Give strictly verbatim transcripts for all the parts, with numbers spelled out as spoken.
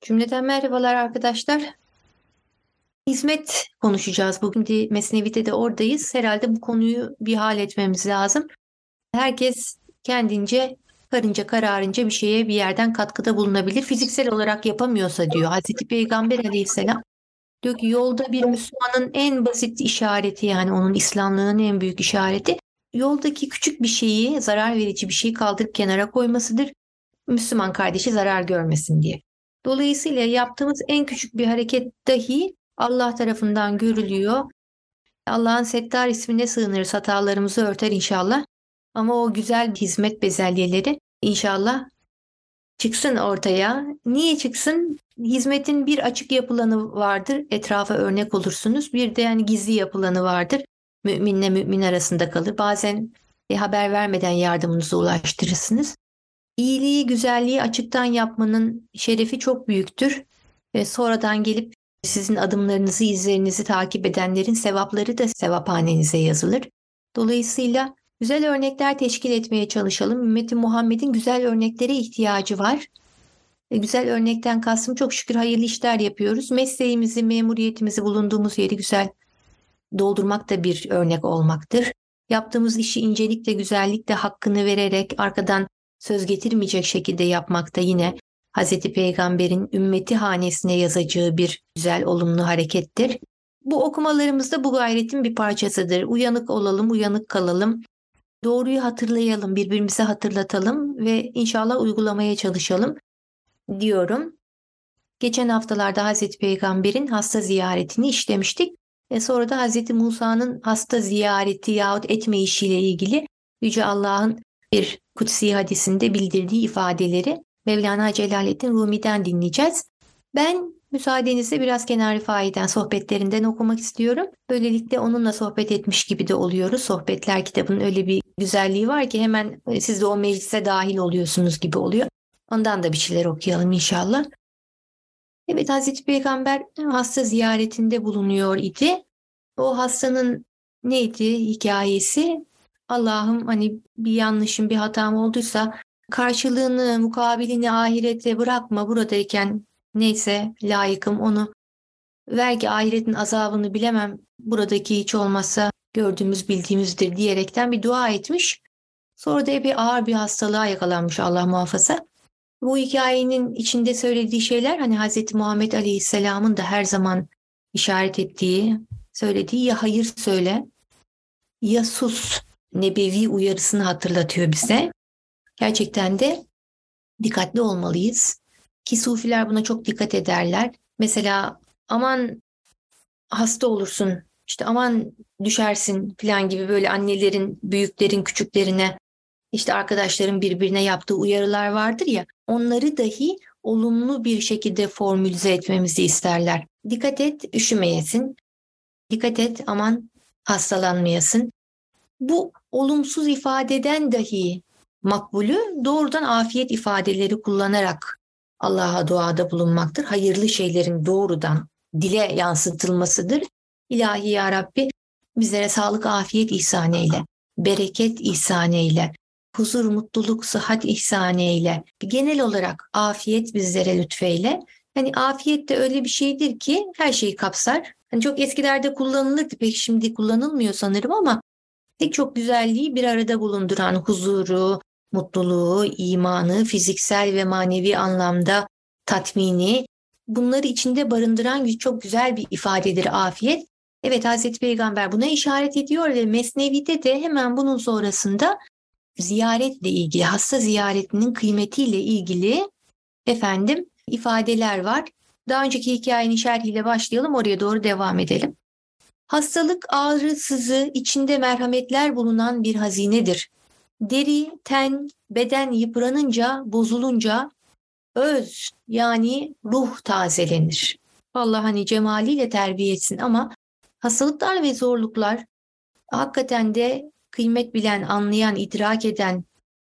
Cümleten merhabalar arkadaşlar. Hizmet konuşacağız. Bugün de Mesnevi'de de oradayız. Herhalde bu konuyu bir hal etmemiz lazım. Herkes kendince, karınca kararınca bir şeye bir yerden katkıda bulunabilir. Fiziksel olarak yapamıyorsa diyor Hazreti Peygamber Aleyhisselam. Diyor ki yolda bir Müslümanın en basit işareti, yani onun İslamlığının en büyük işareti, yoldaki küçük bir şeyi, zarar verici bir şeyi kaldırıp kenara koymasıdır. Müslüman kardeşi zarar görmesin diye. Dolayısıyla yaptığımız en küçük bir hareket dahi Allah tarafından görülüyor. Allah'ın Settar ismine sığınırız, hatalarımızı örter inşallah. Ama o güzel hizmet bezelyeleri inşallah çıksın ortaya. Niye çıksın? Hizmetin bir açık yapılanı vardır, etrafa örnek olursunuz. Bir de yani gizli yapılanı vardır. Müminle mümin arasında kalır. Bazen e, haber vermeden yardımınızı ulaştırırsınız. İyiliği, güzelliği açıktan yapmanın şerefi çok büyüktür. Ve sonradan gelip sizin adımlarınızı, izlerinizi takip edenlerin sevapları da sevaphanenize yazılır. Dolayısıyla güzel örnekler teşkil etmeye çalışalım. Ümmeti Muhammed'in güzel örneklere ihtiyacı var. E, güzel örnekten kastım, çok şükür hayırlı işler yapıyoruz. Mesleğimizi, memuriyetimizi, bulunduğumuz yeri güzel doldurmak da bir örnek olmaktır. Yaptığımız işi incelikle, güzellikle hakkını vererek, arkadan söz getirmeyecek şekilde yapmak da yine Hazreti Peygamber'in ümmeti hanesine yazacağı bir güzel, olumlu harekettir. Bu okumalarımız da bu gayretin bir parçasıdır. Uyanık olalım, uyanık kalalım. Doğruyu hatırlayalım, birbirimize hatırlatalım ve inşallah uygulamaya çalışalım diyorum. Geçen haftalarda Hazreti Peygamber'in hasta ziyaretini işlemiştik. Ve sonra da Hazreti Musa'nın hasta ziyareti yahut etmeyişiyle ilgili Yüce Allah'ın bir kutsi hadisinde bildirdiği ifadeleri Mevlana Celaleddin Rumi'den dinleyeceğiz. Ben müsaadenizle biraz Kenar Rifai'den, sohbetlerinden okumak istiyorum. Böylelikle onunla sohbet etmiş gibi de oluyoruz. Sohbetler kitabının öyle bir güzelliği var ki hemen siz de o meclise dahil oluyorsunuz gibi oluyor. Ondan da bir şeyler okuyalım inşallah. Evet, Hazreti Peygamber hasta ziyaretinde bulunuyor idi. O hastanın neydi hikayesi? Allah'ım, hani bir yanlışım, bir hatam olduysa karşılığını, mukabilini ahirete bırakma, buradayken neyse layıkım onu ver ki ahiretin azabını bilemem, buradaki hiç olmazsa gördüğümüz bildiğimizdir diyerekten bir dua etmiş. Sonra da epey ağır bir hastalığa yakalanmış, Allah muhafaza. Bu hikayenin içinde söylediği şeyler, hani Hz. Muhammed Aleyhisselam'ın da her zaman işaret ettiği, söylediği ya hayır söyle ya sus nebevi uyarısını hatırlatıyor bize. Gerçekten de dikkatli olmalıyız ki sufiler buna çok dikkat ederler. Mesela aman hasta olursun, işte aman düşersin falan gibi, böyle annelerin, büyüklerin küçüklerine, İşte arkadaşların birbirine yaptığı uyarılar vardır ya, onları dahi olumlu bir şekilde formülize etmemizi isterler. Dikkat et üşümeyesin, dikkat et aman hastalanmayasın. Bu olumsuz ifadeden dahi makbulü doğrudan afiyet ifadeleri kullanarak Allah'a duada bulunmaktır. Hayırlı şeylerin doğrudan dile yansıtılmasıdır. İlahi ya Rabbi, bizlere sağlık, afiyet ihsan eyle, bereket ihsan eyle, huzur, mutluluk, sıhhat ihsan eyle. Genel olarak afiyet bizlere lütfeyle. Hani afiyet de öyle bir şeydir ki her şeyi kapsar. Hani çok eskilerde kullanılırdı, pek şimdi kullanılmıyor sanırım, ama pek çok güzelliği bir arada bulunduran, huzuru, mutluluğu, imanı, fiziksel ve manevi anlamda tatmini, bunları içinde barındıran çok güzel bir ifadedir afiyet. Evet, Hazreti Peygamber buna işaret ediyor ve Mesnevi'de de hemen bunun sonrasında ziyaretle ilgili, hasta ziyaretinin kıymetiyle ilgili efendim ifadeler var. Daha önceki hikayenin şerhiyle başlayalım, oraya doğru devam edelim. Hastalık, ağrı, sızı içinde merhametler bulunan bir hazinedir. Deri, ten, beden yıpranınca, bozulunca öz, yani ruh tazelenir. Allah hani cemaliyle terbiye etsin, ama hastalıklar ve zorluklar hakikaten de kıymet bilen, anlayan, idrak eden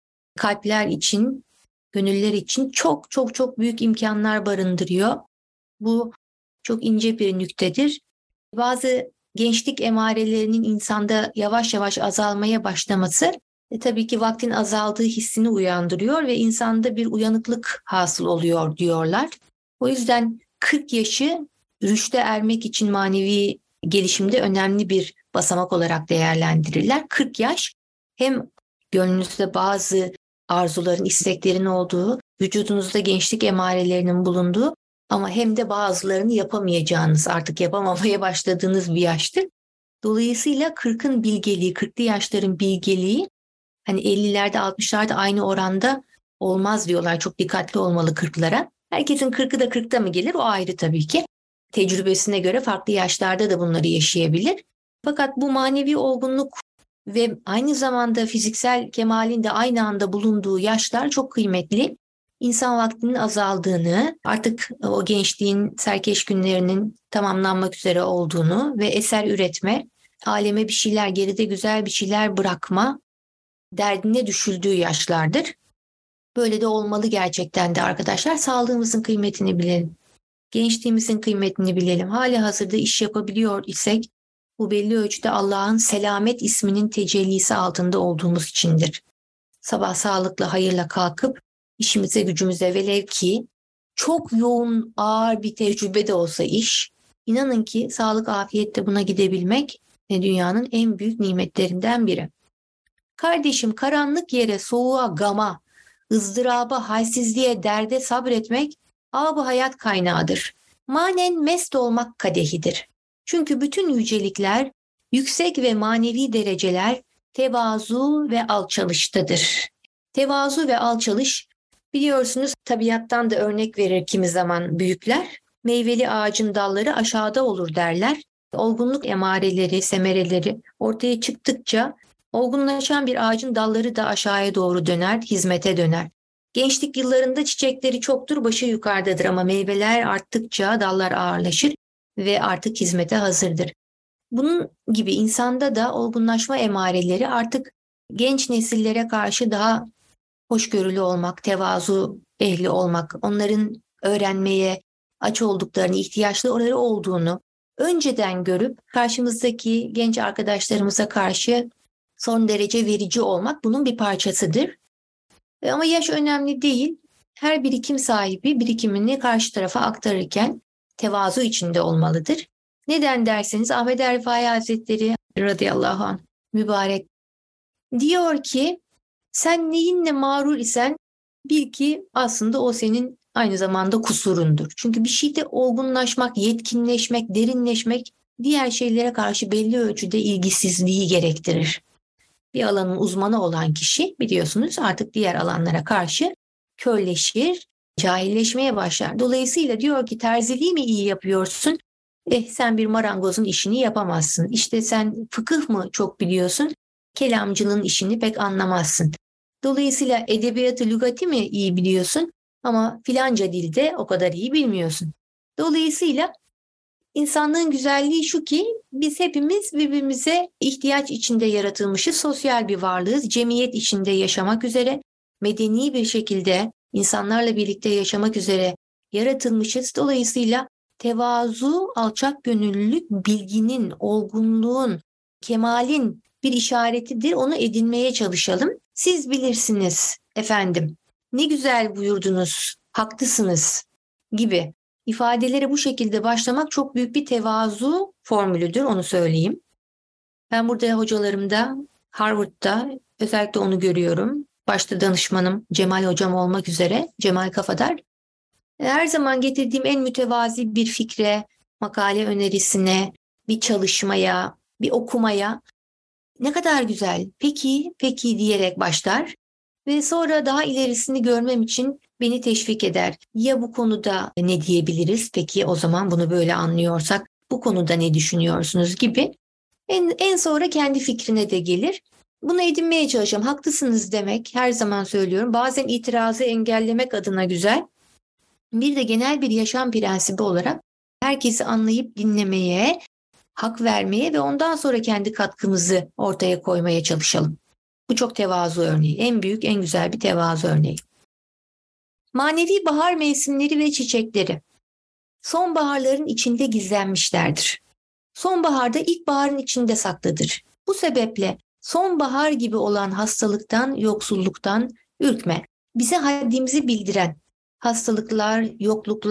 kalpler için, gönüller için çok çok çok büyük imkanlar barındırıyor. Bu çok ince bir nüktedir. Bazı gençlik emarelerinin insanda yavaş yavaş azalmaya başlaması e, tabii ki vaktin azaldığı hissini uyandırıyor ve insanda bir uyanıklık hasıl oluyor diyorlar. O yüzden kırk yaşı rüşte ermek için manevi gelişimde önemli bir basamak olarak değerlendirirler. kırk yaş hem gönlünüzde bazı arzuların, isteklerin olduğu, vücudunuzda gençlik emarelerinin bulunduğu ama hem de bazılarını yapamayacağınız, artık yapamamaya başladığınız bir yaştır. Dolayısıyla kırkın bilgeliği, kırklı yaşların bilgeliği hani ellilerde, altmışlarda aynı oranda olmaz diyorlar. Çok dikkatli olmalı kırklara. Herkesin kırkı da kırkta mı gelir? O ayrı tabii ki. Tecrübesine göre farklı yaşlarda da bunları yaşayabilir. Fakat bu manevi olgunluk ve aynı zamanda fiziksel kemalin de aynı anda bulunduğu yaşlar çok kıymetli. İnsan vaktinin azaldığını, artık o gençliğin serkeş günlerinin tamamlanmak üzere olduğunu ve eser üretme, aleme bir şeyler, geride güzel bir şeyler bırakma derdine düşüldüğü yaşlardır. Böyle de olmalı gerçekten de arkadaşlar. Sağlığımızın kıymetini bilelim. Gençliğimizin kıymetini bilelim. Hali hazırda iş yapabiliyor isek bu belli ölçüde Allah'ın selamet isminin tecellisi altında olduğumuz içindir. Sabah sağlıkla, hayırla kalkıp işimize gücümüze velev ki çok yoğun, ağır bir tecrübe de olsa iş, inanın ki sağlık, afiyetle buna gidebilmek dünyanın en büyük nimetlerinden biri. Kardeşim, karanlık yere, soğuğa, gama, ızdıraba, halsizliğe, derde sabretmek ab-ı hayat kaynağıdır. Manen mest olmak kadehidir. Çünkü bütün yücelikler, yüksek ve manevi dereceler tevazu ve alçalıştadır. Tevazu ve alçalış, biliyorsunuz tabiattan da örnek verir kimi zaman büyükler. Meyveli ağacın dalları aşağıda olur derler. Olgunluk emareleri, semereleri ortaya çıktıkça olgunlaşan bir ağacın dalları da aşağıya doğru döner, hizmete döner. Gençlik yıllarında çiçekleri çoktur, başı yukarıdadır ama meyveler arttıkça dallar ağırlaşır ve artık hizmete hazırdır. Bunun gibi insanda da olgunlaşma emareleri artık genç nesillere karşı daha hoşgörülü olmak, tevazu ehli olmak, onların öğrenmeye aç olduklarını, ihtiyaçları olduğunu önceden görüp karşımızdaki genç arkadaşlarımıza karşı son derece verici olmak bunun bir parçasıdır. Ama yaş önemli değil. Her birikim sahibi birikimini karşı tarafa aktarırken tevazu içinde olmalıdır. Neden derseniz Ahmet er Rifai Hazretleri radıyallahu anh mübarek diyor ki sen neyinle mağrur isen bil ki aslında o senin aynı zamanda kusurundur. Çünkü bir şeyde olgunlaşmak, yetkinleşmek, derinleşmek diğer şeylere karşı belli ölçüde ilgisizliği gerektirir. Bir alanın uzmanı olan kişi biliyorsunuz artık diğer alanlara karşı körleşir, cahilleşmeye başlar. Dolayısıyla diyor ki terziliği mi iyi yapıyorsun? Eh sen bir marangozun işini yapamazsın. İşte sen fıkıh mı çok biliyorsun? Kelamcının işini pek anlamazsın. Dolayısıyla edebiyatı, lügati mi iyi biliyorsun? Ama filanca dilde o kadar iyi bilmiyorsun. Dolayısıyla İnsanlığın güzelliği şu ki biz hepimiz birbirimize ihtiyaç içinde yaratılmışız, sosyal bir varlığız, cemiyet içinde yaşamak üzere, medeni bir şekilde insanlarla birlikte yaşamak üzere yaratılmışız. Dolayısıyla tevazu, alçak gönüllülük bilginin, olgunluğun, kemalin bir işaretidir. Onu edinmeye çalışalım. Siz bilirsiniz efendim. Ne güzel buyurdunuz, haklısınız gibi. İfadelere bu şekilde başlamak çok büyük bir tevazu formülüdür, onu söyleyeyim. Ben burada hocalarımda, Harvard'da özellikle onu görüyorum. Başta danışmanım Cemal hocam olmak üzere, Cemal Kafadar. Her zaman getirdiğim en mütevazi bir fikre, makale önerisine, bir çalışmaya, bir okumaya ne kadar güzel, peki, peki diyerek başlar. Ve sonra daha ilerisini görmem için beni teşvik eder. Ya bu konuda ne diyebiliriz? Peki o zaman bunu böyle anlıyorsak bu konuda ne düşünüyorsunuz gibi. En, en sonra kendi fikrine de gelir. Bunu edinmeye çalışacağım. Haklısınız demek her zaman söylüyorum. Bazen itirazı engellemek adına güzel. Bir de genel bir yaşam prensibi olarak herkesi anlayıp dinlemeye, hak vermeye ve ondan sonra kendi katkımızı ortaya koymaya çalışalım. Bu çok tevazu örneği. En büyük, en güzel bir tevazu örneği. Manevi bahar mevsimleri ve çiçekleri. Sonbaharların içinde gizlenmişlerdir. Sonbaharda ilkbaharın içinde saklıdır. Bu sebeple sonbahar gibi olan hastalıktan, yoksulluktan ürkme. Bize haddimizi bildiren hastalıklar, yokluklar,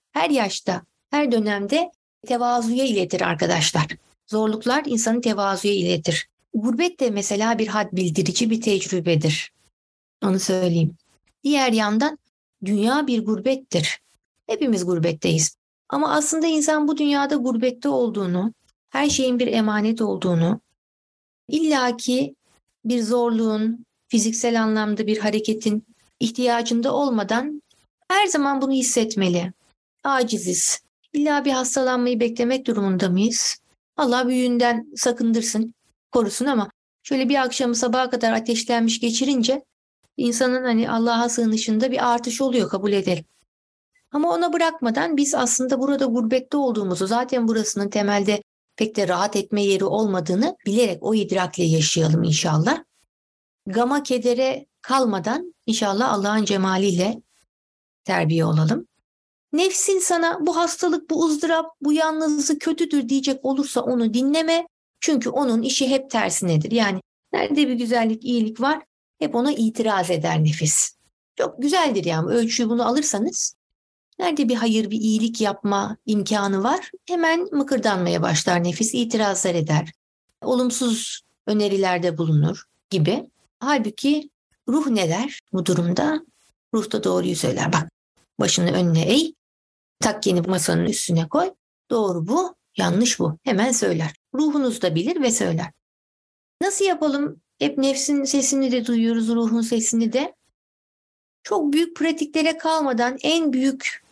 her yaşta, her dönemde tevazuya iletir arkadaşlar. Zorluklar insanı tevazuya iletir. Gurbet de mesela bir had bildirici bir tecrübedir. Onu söyleyeyim. Diğer yandan dünya bir gurbettir. Hepimiz gurbetteyiz. Ama aslında insan bu dünyada gurbette olduğunu, her şeyin bir emanet olduğunu, illaki bir zorluğun, fiziksel anlamda bir hareketin ihtiyacında olmadan her zaman bunu hissetmeli. Aciziz. İlla bir hastalanmayı beklemek durumunda mıyız? Allah büyüğünden sakındırsın, korusun ama şöyle bir akşamı sabaha kadar ateşlenmiş geçirince insanın hani Allah'a sığınışında bir artış oluyor, kabul edelim. Ama ona bırakmadan biz aslında burada gurbette olduğumuzu, zaten burasının temelde pek de rahat etme yeri olmadığını bilerek o idrakle yaşayalım inşallah. Gama kedere kalmadan inşallah Allah'ın cemaliyle terbiye olalım. Nefsin sana bu hastalık, bu ızdırap, bu yalnızlık kötüdür diyecek olursa onu dinleme. Çünkü onun işi hep tersinedir. Yani nerede bir güzellik, iyilik var hep ona itiraz eder nefis. Çok güzeldir yani, ölçüyü bunu alırsanız. Nerede bir hayır, bir iyilik yapma imkanı var hemen mıkırdanmaya başlar nefis, itirazlar eder. Olumsuz önerilerde bulunur gibi. Halbuki ruh ne der bu durumda? Ruh da doğruyu söyler. Bak, başını önüne eğ, takkeni masanın üstüne koy. Doğru bu, yanlış bu. Hemen söyler. Ruhunuz da bilir ve söyler. Nasıl yapalım? Hep nefsin sesini de duyuyoruz, ruhun sesini de. Çok büyük pratiklere kalmadan en büyük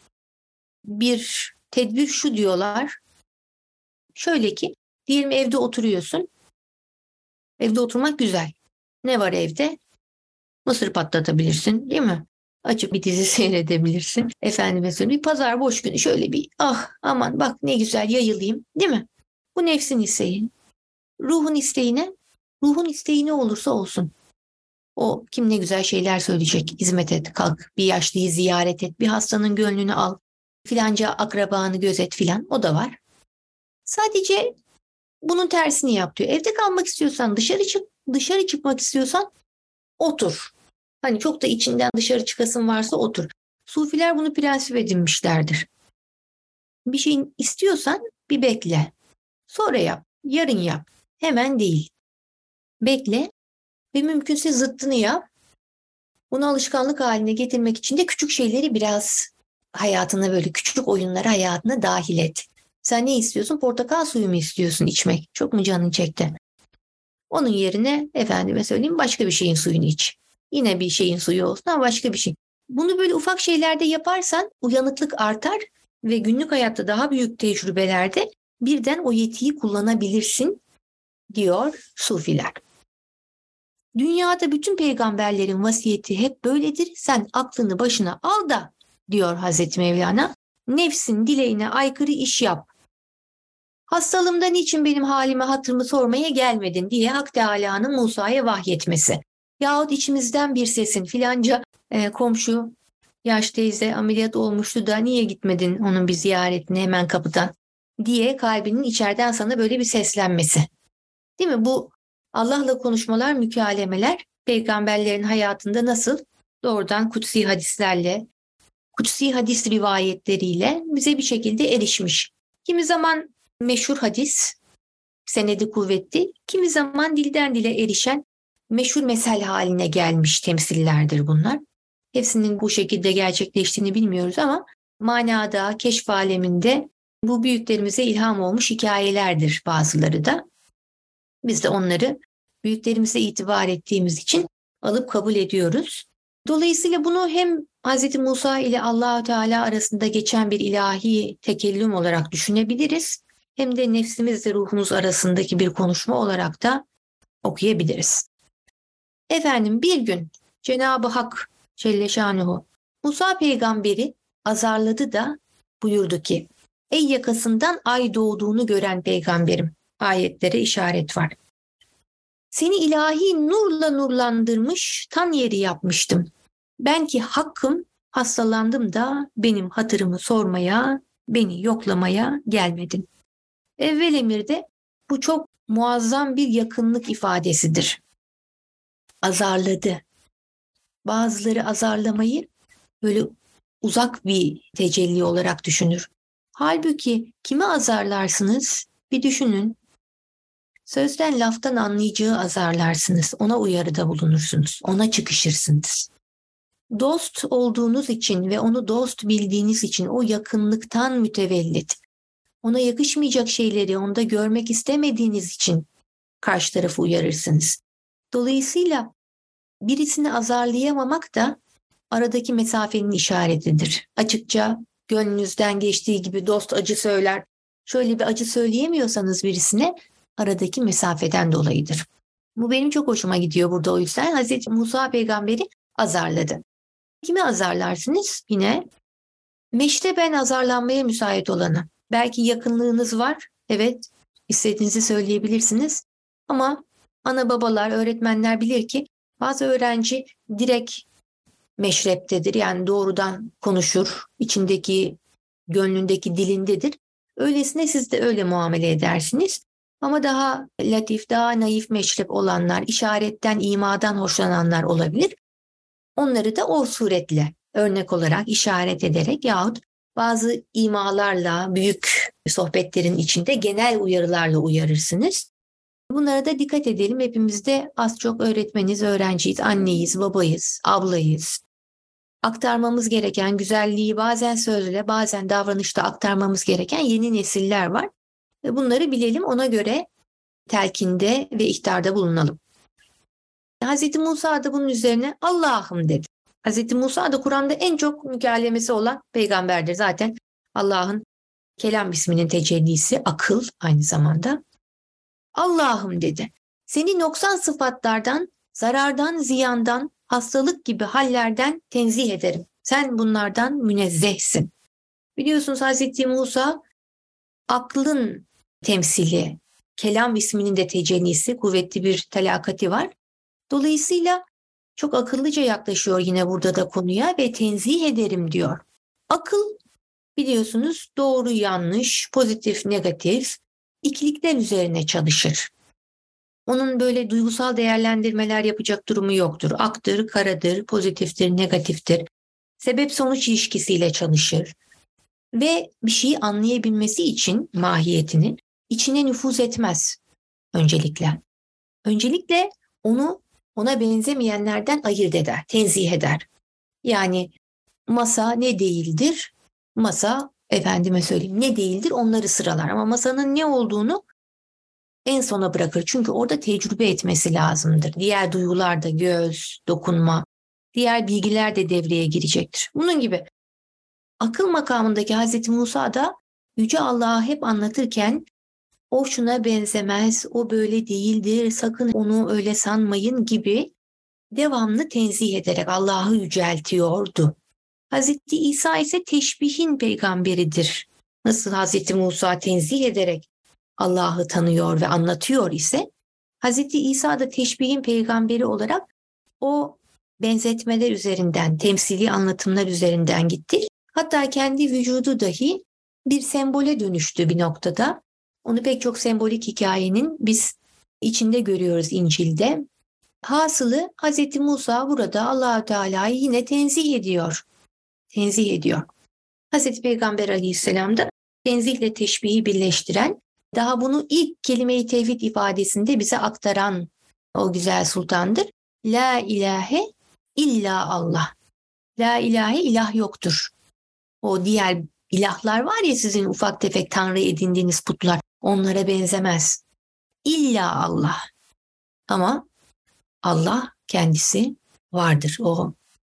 bir tedbir şu diyorlar. Şöyle ki, diyelim evde oturuyorsun. Evde oturmak güzel. Ne var evde? Mısır patlatabilirsin, değil mi? Açıp bir dizi seyredebilirsin. Efendime söyleyeyim, bir pazar boş günü şöyle bir ah aman bak ne güzel yayılayım, değil mi? Bu nefsin isteği. Ruhun isteğine, ruhun isteği ne olursa olsun. O kim ne güzel şeyler söyleyecek. Hizmet et, kalk, bir yaşlıyı ziyaret et, bir hastanın gönlünü al, filanca akrabanı gözet filan, o da var. Sadece bunun tersini yap diyor. Evde kalmak istiyorsan dışarı çık, dışarı çıkmak istiyorsan otur. Hani çok da içinden dışarı çıkasın varsa otur. Sufiler bunu prensip edinmişlerdir. Bir şeyin istiyorsan bir bekle. Sonra yap, yarın yap. Hemen değil. Bekle ve mümkünse zıttını yap. Bunu alışkanlık haline getirmek için de küçük şeyleri biraz hayatına, böyle küçük oyunları hayatına dahil et. Sen ne istiyorsun? Portakal suyu mu istiyorsun içmek? Çok mu canın çekti? Onun yerine efendime söyleyeyim başka bir şeyin suyunu iç. Yine bir şeyin suyu olsun ama başka bir şey. Bunu böyle ufak şeylerde yaparsan uyanıklık artar ve günlük hayatta daha büyük tecrübelerde birden o yetiyi kullanabilirsin diyor sufiler. Dünyada bütün peygamberlerin vasiyeti hep böyledir. Sen aklını başına al da diyor Hazreti Mevlana, nefsin dileğine aykırı iş yap. Hastalığımda niçin benim halime hatırımı sormaya gelmedin diye Hak Teâlâ'nın Musa'ya vahyetmesi. Yahut içimizden bir sesin filanca e, komşu yaş teyze ameliyat olmuştu da niye gitmedin onun bir ziyaretine hemen kapıdan diye kalbinin içeriden sana böyle bir seslenmesi. Değil mi? Bu Allah'la konuşmalar, mükalemeler peygamberlerin hayatında nasıl doğrudan kutsi hadislerle, kutsi hadis rivayetleriyle bize bir şekilde erişmiş. Kimi zaman meşhur hadis, senedi kuvvetli, kimi zaman dilden dile erişen meşhur mesel haline gelmiş temsillerdir bunlar. Hepsinin bu şekilde gerçekleştiğini bilmiyoruz ama manada, keşf aleminde bu büyüklerimize ilham olmuş hikayelerdir bazıları da. Biz de onları büyüklerimize itibar ettiğimiz için alıp kabul ediyoruz. Dolayısıyla bunu hem Hz. Musa ile Allah-u Teala arasında geçen bir ilahi tekellüm olarak düşünebiliriz, hem de nefsimizle ruhumuz arasındaki bir konuşma olarak da okuyabiliriz. Efendim bir gün Cenab-ı Hak Celle Şanuhu Musa peygamberi azarladı da buyurdu ki, ey yakasından ay doğduğunu gören peygamberim, ayetlere işaret var. Seni ilahi nurla nurlandırmış, tan yeri yapmıştım. Ben ki hakkım, hastalandım da benim hatırımı sormaya, beni yoklamaya gelmedin. Evvel emirde bu çok muazzam bir yakınlık ifadesidir. Azarladı. Bazıları azarlamayı böyle uzak bir tecelli olarak düşünür. Halbuki kimi azarlarsınız? Bir düşünün. Sözden laftan anlayacağı azarlarsınız. Ona uyarıda bulunursunuz. Ona çıkışırsınız. Dost olduğunuz için ve onu dost bildiğiniz için o yakınlıktan mütevellit, ona yakışmayacak şeyleri onda görmek istemediğiniz için karşı tarafı uyarırsınız. Dolayısıyla birisini azarlayamamak da aradaki mesafenin işaretidir. Açıkça gönlünüzden geçtiği gibi dost acı söyler. Şöyle bir acı söyleyemiyorsanız birisine aradaki mesafeden dolayıdır. Bu benim çok hoşuma gidiyor burada o yüzden. Hazreti Musa peygamberi azarladı. Kimi azarlarsınız? Yine meşreben azarlanmaya müsait olanı. Belki yakınlığınız var. Evet, istediğinizi söyleyebilirsiniz. Ama ana babalar, öğretmenler bilir ki bazı öğrenci direkt meşreptedir. Yani doğrudan konuşur. İçindeki, gönlündeki dilindedir. Öylesine siz de öyle muamele edersiniz. Ama daha latif, daha naif meşrep olanlar, işaretten, imadan hoşlananlar olabilir. Onları da o suretle örnek olarak işaret ederek yahut bazı imalarla, büyük sohbetlerin içinde genel uyarılarla uyarırsınız. Bunlara da dikkat edelim. Hepimiz de az çok öğretmeniz, öğrenciyiz, anneyiz, babayız, ablayız. Aktarmamız gereken güzelliği bazen sözle, bazen davranışta aktarmamız gereken yeni nesiller var. Bunları bilelim, ona göre telkinde ve ihtarda bulunalım. Hazreti Musa da bunun üzerine Allah'ım dedi. Hazreti Musa da Kur'an'da en çok mükalemesi olan peygamberdir. Zaten Allah'ın kelam isminin tecellisi, akıl aynı zamanda. Allah'ım dedi. Seni noksan sıfatlardan, zarardan, ziyandan, hastalık gibi hallerden tenzih ederim. Sen bunlardan münezzehsin. Biliyorsunuz Hazreti Musa aklın temsili, kelam isminin de tecellisi, kuvvetli bir telakati var. Dolayısıyla çok akıllıca yaklaşıyor yine burada da konuya ve tenzih ederim diyor. Akıl biliyorsunuz doğru yanlış, pozitif negatif ikilikler üzerine çalışır. Onun böyle duygusal değerlendirmeler yapacak durumu yoktur. Aktır, karadır, pozitiftir, negatiftir. Sebep sonuç ilişkisiyle çalışır. Ve bir şeyi anlayabilmesi için mahiyetini içine nüfuz etmez öncelikle. Öncelikle onu ona benzemeyenlerden ayırt eder, tenzih eder. Yani masa ne değildir? Masa, efendime söyleyeyim, ne değildir onları sıralar. Ama masanın ne olduğunu en sona bırakır. Çünkü orada tecrübe etmesi lazımdır. Diğer duygular da göz, dokunma, diğer bilgiler de devreye girecektir. Bunun gibi akıl makamındaki Hazreti Musa da Yüce Allah'ı hep anlatırken o şuna benzemez, o böyle değildir, sakın onu öyle sanmayın gibi devamlı tenzih ederek Allah'ı yüceltiyordu. Hazreti İsa ise teşbihin peygamberidir. Nasıl Hazreti Musa tenzih ederek Allah'ı tanıyor ve anlatıyor ise Hazreti İsa da teşbihin peygamberi olarak o benzetmeler üzerinden, temsili anlatımlar üzerinden gitti. Hatta kendi vücudu dahi bir sembole dönüştü bir noktada. Onu pek çok sembolik hikayenin biz içinde görüyoruz İncil'de. Hasılı Hazreti Musa burada Allah-u Teala'yı yine tenzih ediyor. Tenzih ediyor. Hazreti Peygamber Aleyhisselam da tenzihle teşbihi birleştiren, daha bunu ilk kelime-i tevhid ifadesinde bize aktaran o güzel sultandır. La ilahe illa Allah. La ilahe ilah yoktur. O diğer ilahlar var ya sizin ufak tefek tanrı edindiğiniz putlar, onlara benzemez. İlla Allah. Ama Allah kendisi vardır. O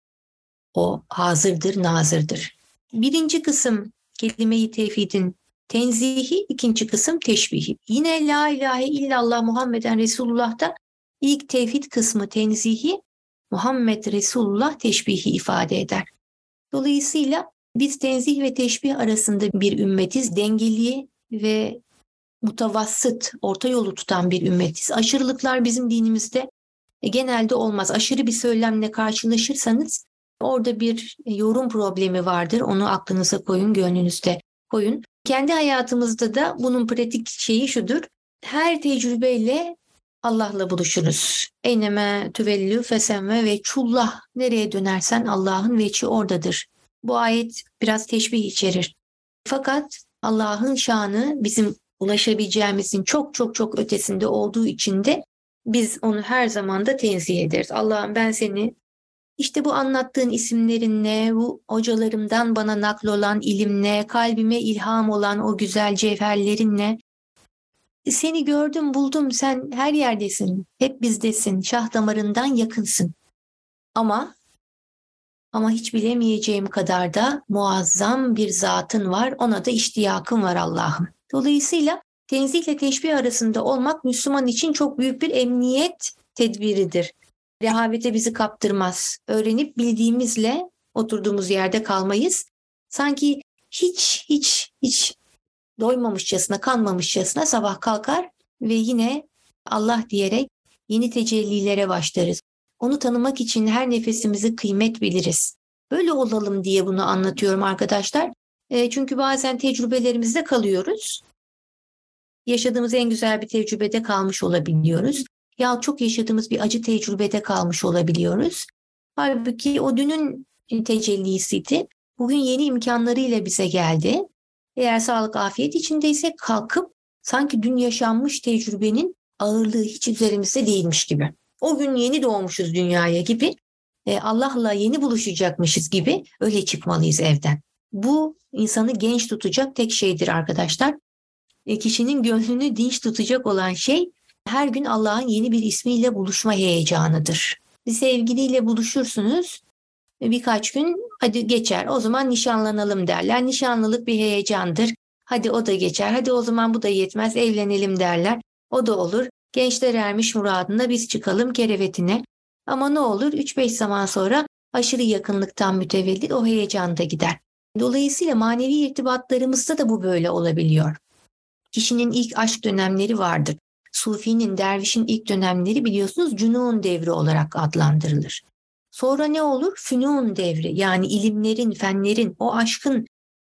o hazırdır, nazırdır. Birinci kısım kelime-i tevhidin tenzihi, ikinci kısım teşbihi. Yine la ilahe illallah Muhammeden Resulullah'ta ilk tevhid kısmı tenzihi, Muhammed Resulullah teşbihi ifade eder. Dolayısıyla biz tenzih ve teşbih arasında bir ümmetiz, dengeli ve mutavassıt, orta yolu tutan bir ümmetiz. Aşırılıklar bizim dinimizde genelde olmaz. Aşırı bir söylemle karşılaşırsanız orada bir yorum problemi vardır. Onu aklınıza koyun, gönlünüzde koyun. Kendi hayatımızda da bunun pratik şeyi şudur. Her tecrübeyle Allah'la buluşuruz. Eyneme tüvellü fesemme ve çullah. Nereye dönersen Allah'ın veçi oradadır Bu ayet biraz teşbih içerir. Fakat Allah'ın şanı bizim ulaşabileceğimizin çok çok çok ötesinde olduğu için de biz onu her zaman da tenzih ederiz. Allah'ım ben seni işte bu anlattığın isimlerinle, bu hocalarımdan bana naklolan ilimle, kalbime ilham olan o güzel cevherlerinle seni gördüm, buldum, sen her yerdesin, hep bizdesin, şah damarından yakınsın. Ama ama hiç bilemeyeceğim kadar da muazzam bir zatın var, ona da iştiyakım var Allah'ım. Dolayısıyla tenzihle teşbih arasında olmak Müslüman için çok büyük bir emniyet tedbiridir. Rehavete bizi kaptırmaz. Öğrenip bildiğimizle oturduğumuz yerde kalmayız. Sanki hiç hiç hiç doymamışçasına, kanmamışçasına sabah kalkar ve yine Allah diyerek yeni tecellilere başlarız. Onu tanımak için her nefesimizi kıymet biliriz. Böyle olalım diye bunu anlatıyorum arkadaşlar. E, çünkü bazen tecrübelerimizde kalıyoruz. Yaşadığımız en güzel bir tecrübede kalmış olabiliyoruz. Ya çok yaşadığımız bir acı tecrübede kalmış olabiliyoruz. Halbuki o dünün tecellisiydi. Bugün yeni imkanlarıyla bize geldi. Eğer sağlık afiyet içindeysek kalkıp sanki dün yaşanmış tecrübenin ağırlığı hiç üzerimizde değilmiş gibi. O gün yeni doğmuşuz dünyaya gibi, e, Allah'la yeni buluşacakmışız gibi öyle çıkmalıyız evden. Bu insanı genç tutacak tek şeydir arkadaşlar. E, kişinin gönlünü dinç tutacak olan şey her gün Allah'ın yeni bir ismiyle buluşma heyecanıdır. Bir sevgiliyle buluşursunuz, birkaç gün hadi geçer, o zaman nişanlanalım derler. Nişanlılık bir heyecandır. Hadi o da geçer, hadi o zaman bu da yetmez, evlenelim derler. O da olur. Gençler ermiş muradına, biz çıkalım kerevetine. Ama ne olur, üç beş zaman sonra aşırı yakınlıktan mütevellit o heyecan da gider. Dolayısıyla manevi irtibatlarımızda da bu böyle olabiliyor. Kişinin ilk aşk dönemleri vardır. Sufinin, dervişin ilk dönemleri biliyorsunuz cünun devri olarak adlandırılır. Sonra ne olur? Fünun devri, yani ilimlerin, fenlerin, o aşkın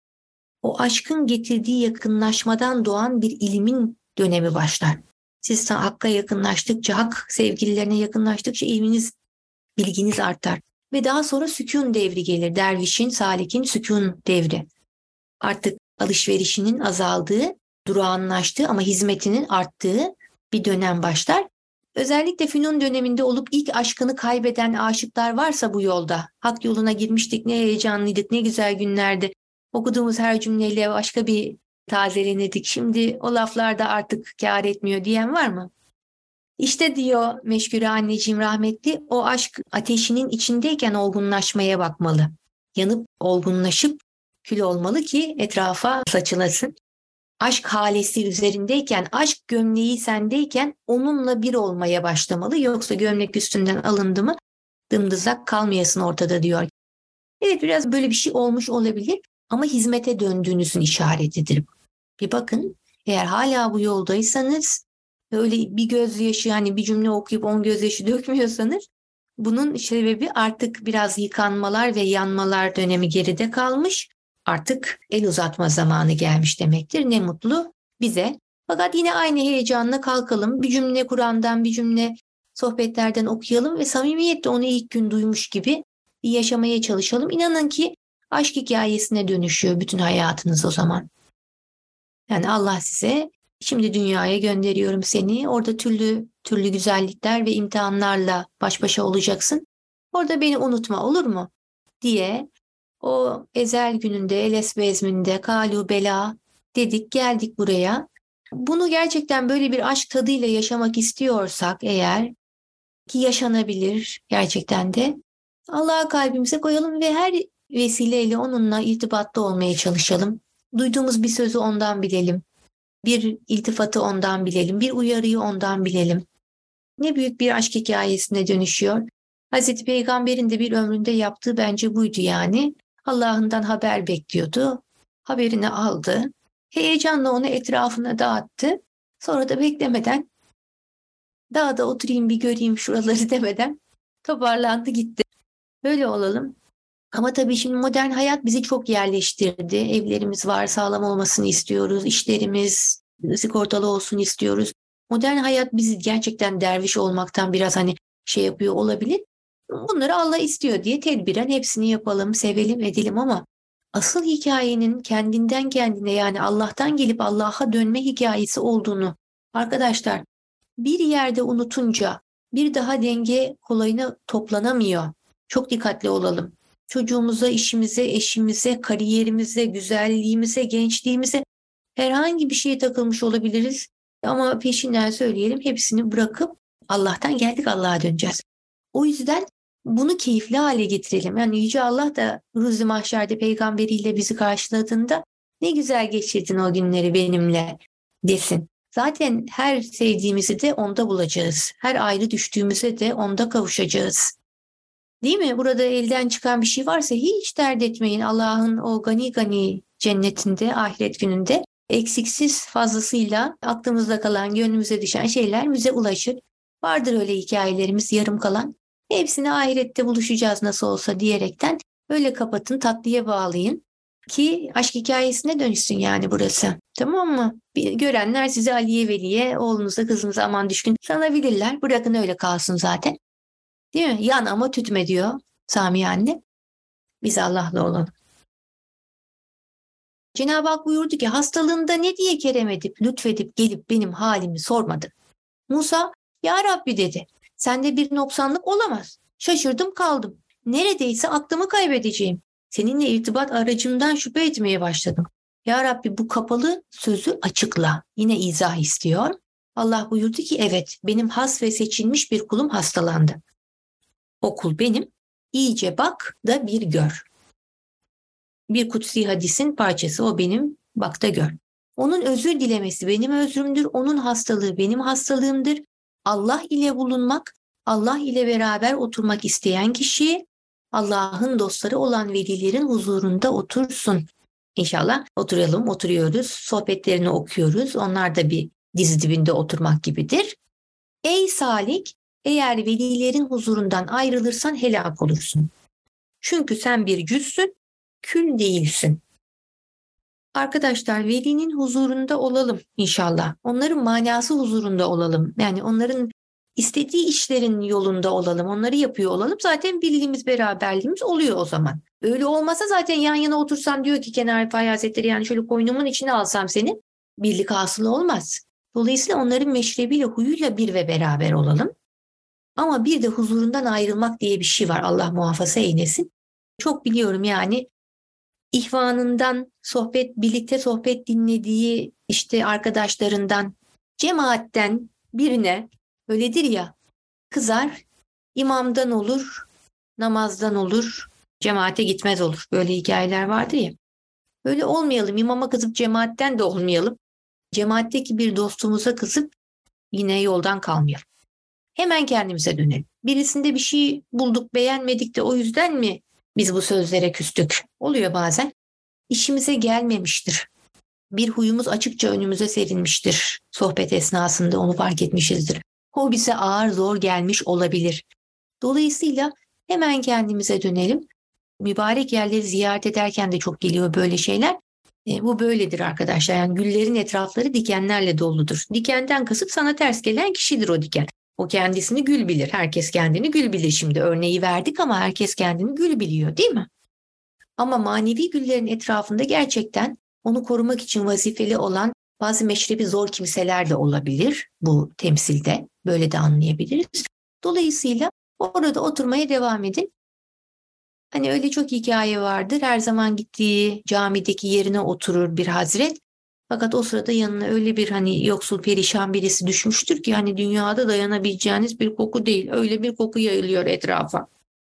o aşkın getirdiği yakınlaşmadan doğan bir ilimin dönemi başlar. Siz Hakk'a yakınlaştıkça, Hak sevgililerine yakınlaştıkça ilminiz, bilginiz artar. Ve daha sonra sükun devri gelir. Dervişin, salikin sükun devri. Artık alışverişinin azaldığı, durağanlaştığı ama hizmetinin arttığı bir dönem başlar. Özellikle Fünun döneminde olup ilk aşkını kaybeden aşıklar varsa bu yolda, hak yoluna girmiştik, ne heyecanlıydık, ne güzel günlerdi, okuduğumuz her cümleyle başka bir tazelenirdik, şimdi o laflar da artık kâr etmiyor diyen var mı? İşte diyor Meşgure anneciğim rahmetli, o aşk ateşinin içindeyken olgunlaşmaya bakmalı. Yanıp olgunlaşıp kül olmalı ki etrafa saçılasın. Aşk halesi üzerindeyken, aşk gömleği sendeyken onunla bir olmaya başlamalı. Yoksa gömlek üstünden alındı mı dımdızak kalmayasın ortada diyor. Evet, biraz böyle bir şey olmuş olabilir ama hizmete döndüğünüzün işaretidir. Bir bakın, eğer hala bu yoldaysanız, öyle bir gözyaşı, hani bir cümle okuyup on gözyaşı dökmüyorsanız, bunun sebebi artık biraz yıkanmalar ve yanmalar dönemi geride kalmış. Artık el uzatma zamanı gelmiş demektir. Ne mutlu bize. Fakat yine aynı heyecanla kalkalım. Bir cümle Kur'an'dan, bir cümle sohbetlerden okuyalım ve samimiyetle onu ilk gün duymuş gibi yaşamaya çalışalım. İnanın ki aşk hikayesine dönüşüyor bütün hayatınız o zaman. Yani Allah size, şimdi dünyaya gönderiyorum seni, orada türlü türlü güzellikler ve imtihanlarla baş başa olacaksın. Orada beni unutma, olur mu? Diye o ezel gününde, Eles bezminde, kalu bela dedik, geldik buraya. Bunu gerçekten böyle bir aşk tadıyla yaşamak istiyorsak eğer, ki yaşanabilir gerçekten de, Allah'a kalbimize koyalım ve her vesileyle onunla irtibatta olmaya çalışalım. Duyduğumuz bir sözü ondan bilelim. Bir iltifatı ondan bilelim. Bir uyarıyı ondan bilelim. Ne büyük bir aşk hikayesine dönüşüyor. Hazreti Peygamber'in de bir ömründe yaptığı bence buydu yani. Allah'ından haber bekliyordu. Haberini aldı. Heyecanla onu etrafına dağıttı. Sonra da beklemeden, daha da oturayım bir göreyim şuraları demeden toparlandı gitti. Böyle olalım. Ama tabii şimdi modern hayat bizi çok yerleştirdi. Evlerimiz var, sağlam olmasını istiyoruz. İşlerimiz sigortalı olsun istiyoruz. Modern hayat bizi gerçekten derviş olmaktan biraz hani şey yapıyor olabilir. Bunları Allah istiyor diye tedbiren hepsini yapalım, sevelim, edelim ama asıl hikayenin kendinden kendine yani Allah'tan gelip Allah'a dönme hikayesi olduğunu arkadaşlar bir yerde unutunca bir daha denge kolayına toplanamıyor. Çok dikkatli olalım. Çocuğumuza, işimize, eşimize, kariyerimize, güzelliğimize, gençliğimize herhangi bir şeye takılmış olabiliriz. Ama peşinden söyleyelim hepsini bırakıp Allah'tan geldik Allah'a döneceğiz. O yüzden bunu keyifli hale getirelim. Yani Yüce Allah da Ruzi Mahşer'de peygamberiyle bizi karşıladığında ne güzel geçirdin o günleri benimle desin. Zaten her sevdiğimizi de onda bulacağız. Her ayrı düştüğümüze de onda kavuşacağız. Değil mi? Burada elden çıkan bir şey varsa hiç dert etmeyin. Allah'ın o gani gani cennetinde, ahiret gününde eksiksiz fazlasıyla aklımızda kalan, gönlümüze düşen şeyler bize ulaşır. Vardır öyle hikayelerimiz yarım kalan. Hepsini ahirette buluşacağız nasıl olsa diyerekten öyle kapatın, tatlıya bağlayın ki aşk hikayesine dönüşsün yani burası. Tamam mı? Bir, görenler sizi Aliye Veliye, oğlunuza, kızınıza aman düşkün sanabilirler. Bırakın öyle kalsın zaten. Değil mi? Yan ama tütme diyor Samiye anne. Biz Allah'la olalım. Cenab-ı Hak buyurdu ki hastalığında ne diye kerem edip lütfedip gelip benim halimi sormadı. Musa ya Rabbi dedi. Sende bir noksanlık olamaz. Şaşırdım kaldım. Neredeyse aklımı kaybedeceğim. Seninle irtibat aracımdan şüphe etmeye başladım. Ya Rabbi bu kapalı sözü açıkla. Yine izah istiyor. Allah buyurdu ki evet benim has ve seçilmiş bir kulum hastalandı. O kul benim. İyice bak da bir gör. Bir kutsi hadisin parçası o benim bak da gör. Onun özür dilemesi benim özrümdür. Onun hastalığı benim hastalığımdır. Allah ile bulunmak, Allah ile beraber oturmak isteyen kişi Allah'ın dostları olan velilerin huzurunda otursun. İnşallah oturalım, oturuyoruz, sohbetlerini okuyoruz. Onlar da bir diz dibinde oturmak gibidir. Ey salik, eğer velilerin huzurundan ayrılırsan helak olursun. Çünkü sen bir cüzsün, kül değilsin. Arkadaşlar velinin huzurunda olalım inşallah. Onların manası huzurunda olalım. Yani onların istediği işlerin yolunda olalım. Onları yapıyor olalım. Zaten birliğimiz, beraberliğimiz oluyor o zaman. Öyle olmasa zaten yan yana otursam diyor ki Kenar Rifai Hazretleri yani şöyle koynumun içine alsam seni birlik hasıl olmaz. Dolayısıyla onların meşrebiyle, huyuyla bir ve beraber olalım. Ama bir de huzurundan ayrılmak diye bir şey var. Allah muhafaza eylesin. Çok biliyorum yani ihvanından sohbet, birlikte sohbet dinlediği işte arkadaşlarından, cemaatten birine öyledir ya kızar, imamdan olur, namazdan olur, cemaate gitmez olur. Böyle hikayeler vardır ya. Böyle olmayalım, imama kızıp cemaatten de olmayalım. Cemaatteki bir dostumuza kızıp yine yoldan kalmayalım. Hemen kendimize dönelim. Birisinde bir şey bulduk, beğenmedik de o yüzden mi biz bu sözlere küstük? Oluyor bazen. İşimize gelmemiştir. Bir huyumuz açıkça önümüze serilmiştir. Sohbet esnasında onu fark etmişizdir. O bize ağır zor gelmiş olabilir. Dolayısıyla hemen kendimize dönelim. Mübarek yerleri ziyaret ederken de çok geliyor böyle şeyler. E, bu böyledir arkadaşlar. Yani güllerin etrafları dikenlerle doludur. Dikenden kasıt sana ters gelen kişidir o diken. O kendisini gül bilir. Herkes kendini gül bilir şimdi. Örneği verdik ama herkes kendini gül biliyor değil mi? Ama manevi güllerin etrafında gerçekten onu korumak için vazifeli olan bazı meşrebi zor kimseler de olabilir bu temsilde. Böyle de anlayabiliriz. Dolayısıyla orada oturmaya devam edin. Hani öyle çok hikaye vardır. Her zaman gittiği camideki yerine oturur bir hazret. Fakat o sırada yanına öyle bir hani yoksul perişan birisi düşmüştür ki hani dünyada dayanabileceğiniz bir koku değil. Öyle bir koku yayılıyor etrafa.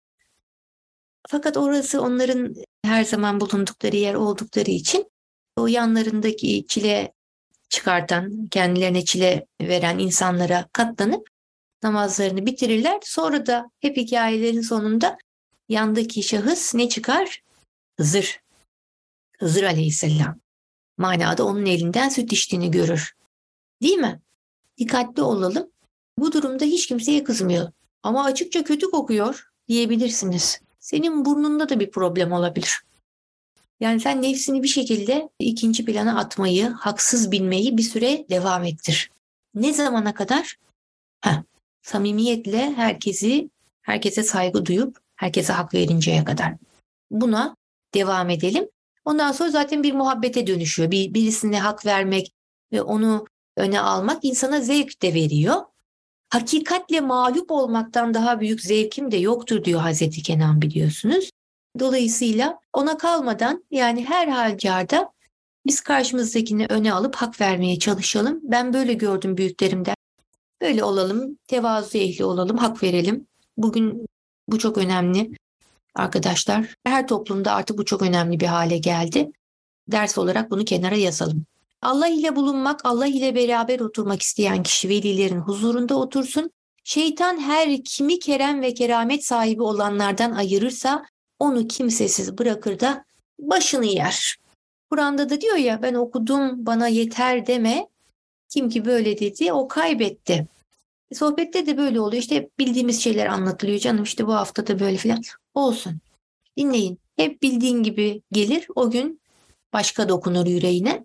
Fakat orası onların her zaman bulundukları yer oldukları için o yanlarındaki çile çıkartan, kendilerine çile veren insanlara katlanıp namazlarını bitirirler. Sonra da hep hikayelerin sonunda yandaki şahıs ne çıkar? Hızır. Hızır Aleyhisselam. Manada onun elinden süt içtiğini görür. Değil mi? Dikkatli olalım. Bu durumda hiç kimseye kızmayalım. Ama açıkça kötü kokuyor diyebilirsiniz. Senin burnunda da bir problem olabilir. Yani sen nefsini bir şekilde ikinci plana atmayı, haksız bilmeyi bir süre devam ettir. Ne zamana kadar? Heh, samimiyetle herkesi Herkese saygı duyup herkese hak verinceye kadar. Buna devam edelim. Ondan sonra zaten bir muhabbete dönüşüyor. Bir, birisine hak vermek ve onu öne almak insana zevk de veriyor. Hakikatle mağlup olmaktan daha büyük zevkim de yoktur diyor Hazreti Kenan, biliyorsunuz. Dolayısıyla ona kalmadan, yani her halükarda biz karşımızdakini öne alıp hak vermeye çalışalım. Ben böyle gördüm büyüklerimden. Böyle olalım, tevazu ehli olalım, hak verelim. Bugün bu çok önemli arkadaşlar. Her toplumda artık bu çok önemli bir hale geldi. Ders olarak bunu kenara yazalım. Allah ile bulunmak, Allah ile beraber oturmak isteyen kişi velilerin huzurunda otursun. Şeytan her kimi kerem ve keramet sahibi olanlardan ayırırsa onu kimsesiz bırakır da başını yer. Kur'an'da da diyor ya, ben okudum bana yeter deme. Kim ki böyle dedi o kaybetti. Sohbette de böyle oluyor. İşte bildiğimiz şeyler anlatılıyor. Canım işte bu hafta da böyle filan. Olsun. Dinleyin. Hep bildiğin gibi gelir. O gün başka dokunur yüreğine.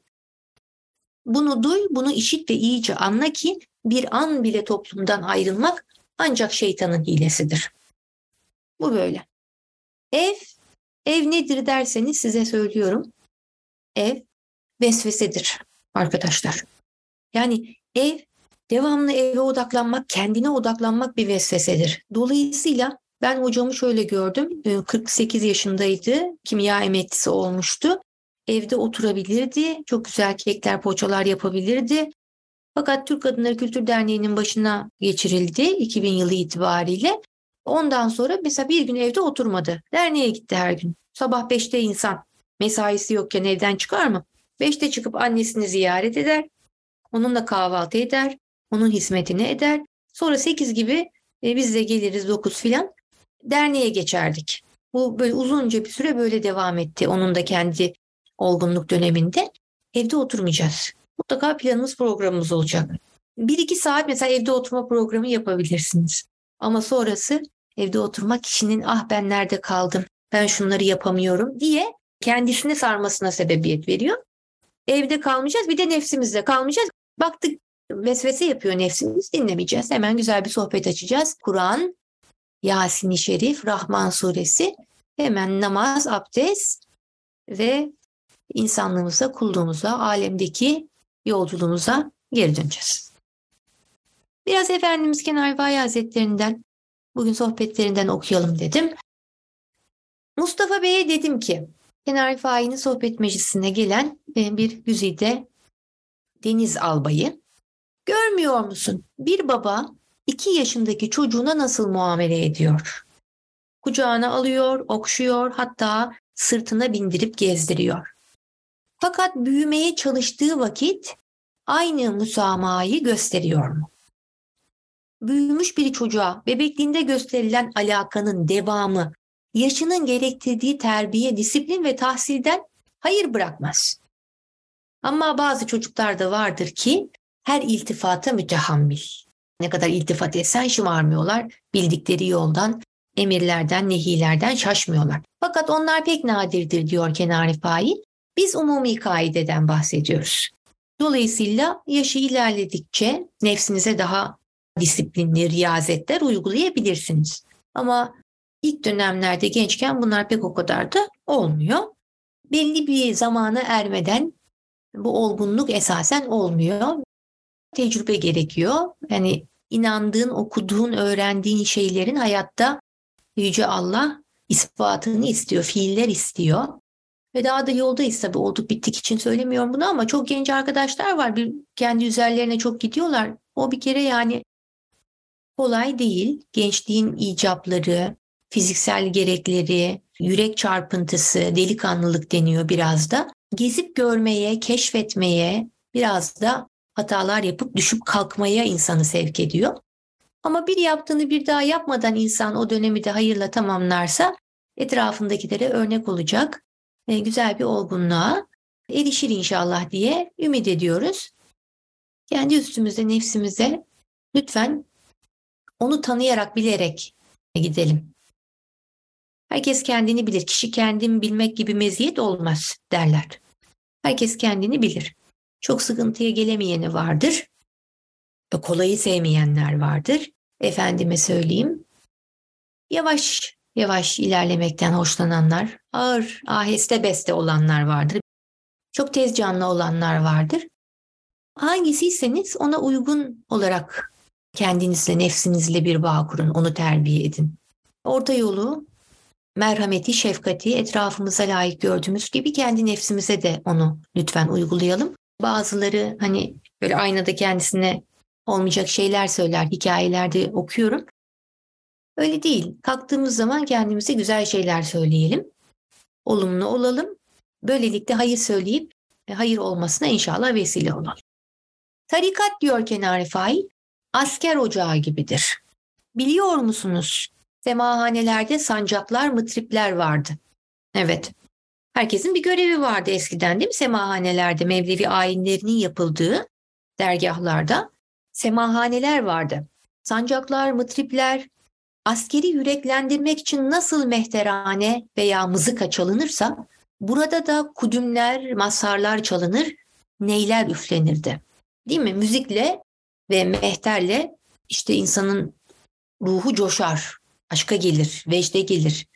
Bunu duy, bunu işit ve iyice anla ki bir an bile toplumdan ayrılmak ancak şeytanın hilesidir. Bu böyle. Ev, ev nedir derseniz size söylüyorum. Ev vesvesedir arkadaşlar. Yani ev, devamlı eve odaklanmak, kendine odaklanmak bir vesvesedir. Dolayısıyla ben hocamı şöyle gördüm. kırk sekiz yaşındaydı. Kimya emeklisi olmuştu. Evde oturabilirdi. Çok güzel kekler, poğaçalar yapabilirdi. Fakat Türk Kadınları Kültür Derneği'nin başına geçirildi iki bin yılı itibariyle. Ondan sonra mesela bir gün evde oturmadı. Derneğe gitti her gün. Sabah beşte insan mesaisi yokken evden çıkar mı? beşte çıkıp annesini ziyaret eder. Onunla kahvaltı eder. Onun hizmetini eder. Sonra sekiz gibi e, biz de geliriz dokuz filan. Derneğe geçerdik. Bu böyle uzunca bir süre böyle devam etti. Onun da kendi olgunluk döneminde. Evde oturmayacağız. Mutlaka planımız, programımız olacak. Bir iki saat mesela evde oturma programı yapabilirsiniz. Ama sonrası evde oturmak kişinin ah ben nerede kaldım, ben şunları yapamıyorum diye kendisine sarmasına sebebiyet veriyor. Evde kalmayacağız, bir de nefsimizle kalmayacağız. Baktık vesvese yapıyor nefsimiz, dinlemeyeceğiz. Hemen güzel bir sohbet açacağız. Kur'an, Yasin-i Şerif, Rahman suresi, hemen namaz, abdest ve insanlığımıza, kulluğumuza, alemdeki yolculuğumuza geri döneceğiz. Biraz Efendimiz Kenan Rifai Hazretlerinden, bugün sohbetlerinden okuyalım dedim. Mustafa Bey'e dedim ki, Kenan Rifai'nin sohbet meclisine gelen bir güzide deniz albayı, görmüyor musun? Bir baba iki yaşındaki çocuğuna nasıl muamele ediyor? Kucağına alıyor, okşuyor, hatta sırtına bindirip gezdiriyor. Fakat büyümeye çalıştığı vakit aynı müsamahayı gösteriyor mu? Büyümüş bir çocuğa bebekliğinde gösterilen alakanın devamı, yaşının gerektirdiği terbiye, disiplin ve tahsilden hayır bırakmaz. Ama bazı çocuklar da vardır ki her iltifata mütehammil. Ne kadar iltifat etsen şımarmıyorlar, bildikleri yoldan, emirlerden, nehilerden şaşmıyorlar. Fakat onlar pek nadirdir diyor Kenan Rifai. Biz umumi kaideden bahsediyoruz. Dolayısıyla yaşı ilerledikçe nefsinize daha disiplinli riyazetler uygulayabilirsiniz. Ama ilk dönemlerde gençken bunlar pek o kadar da olmuyor. Belli bir zamana ermeden bu olgunluk esasen olmuyor. Tecrübe gerekiyor. Yani inandığın, okuduğun, öğrendiğin şeylerin hayatta Yüce Allah ispatını istiyor, fiiller istiyor. Ve daha da yoldayız tabii, olduk bittik için söylemiyorum bunu ama çok genç arkadaşlar var. Bir, kendi üzerlerine çok gidiyorlar. O bir kere yani kolay değil. Gençliğin icapları, fiziksel gerekleri, yürek çarpıntısı, delikanlılık deniyor biraz da. Gezip görmeye, keşfetmeye, biraz da hatalar yapıp düşüp kalkmaya insanı sevk ediyor. Ama bir yaptığını bir daha yapmadan insan o dönemi de hayırla tamamlarsa etrafındakilere örnek olacak, e, güzel bir olgunluğa erişir inşallah diye ümit ediyoruz. Kendi üstümüzde, nefsimize lütfen onu tanıyarak, bilerek gidelim. Herkes kendini bilir. Kişi kendini bilmek gibi meziyet olmaz derler. Herkes kendini bilir. Çok sıkıntıya gelemeyeni vardır. Kolayı sevmeyenler vardır. Efendime söyleyeyim, Yavaş yavaş ilerlemekten hoşlananlar, ağır, aheste beste olanlar vardır. Çok tez canlı olanlar vardır. Hangisiyseniz ona uygun olarak kendinizle, nefsinizle bir bağ kurun, onu terbiye edin. Orta yolu, merhameti, şefkati etrafımıza layık gördüğümüz gibi kendi nefsimize de onu lütfen uygulayalım. Bazıları hani böyle aynada kendisine olmayacak şeyler söyler, hikayelerde okuyorum. Öyle değil. Kalktığımız zaman kendimize güzel şeyler söyleyelim. Olumlu olalım. Böylelikle hayır söyleyip hayır olmasına inşallah vesile olalım. Tarikat diyor Kenari Faik, asker ocağı gibidir. Biliyor musunuz? Semahanelerde sancaklar, mıtripler vardı. Evet. Herkesin bir görevi vardı eskiden değil mi? Semahanelerde Mevlevi ayinlerinin yapıldığı dergahlarda semahaneler vardı. Sancaklar, mıtripler, askeri yüreklendirmek için nasıl mehterane veya mızıka çalınırsa burada da kudümler, mazharlar çalınır, neyler üflenirdi. Değil mi? Müzikle ve mehterle işte insanın ruhu coşar, aşka gelir, vecde gelir.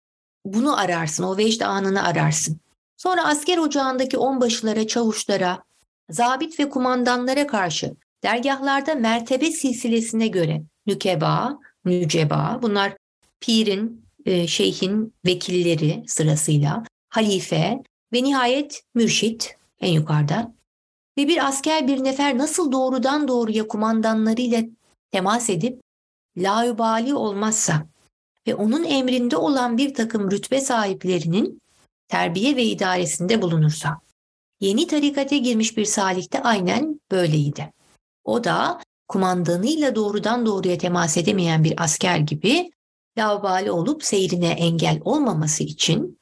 Bunu ararsın, o vecd anını ararsın. Sonra asker ocağındaki onbaşılara, çavuşlara, zabit ve kumandanlara karşı dergahlarda mertebe silsilesine göre nükeba, nüceba, bunlar pirin, e, şeyhin vekilleri sırasıyla, halife ve nihayet mürşit en yukarıda. Ve bir asker bir nefer nasıl doğrudan doğruya kumandanlarıyla temas edip laubali olmazsa ve onun emrinde olan bir takım rütbe sahiplerinin terbiye ve idaresinde bulunursa. Yeni tarikate girmiş bir salik de aynen böyleydi. O da kumandanıyla doğrudan doğruya temas edemeyen bir asker gibi laubali olup seyrine engel olmaması için,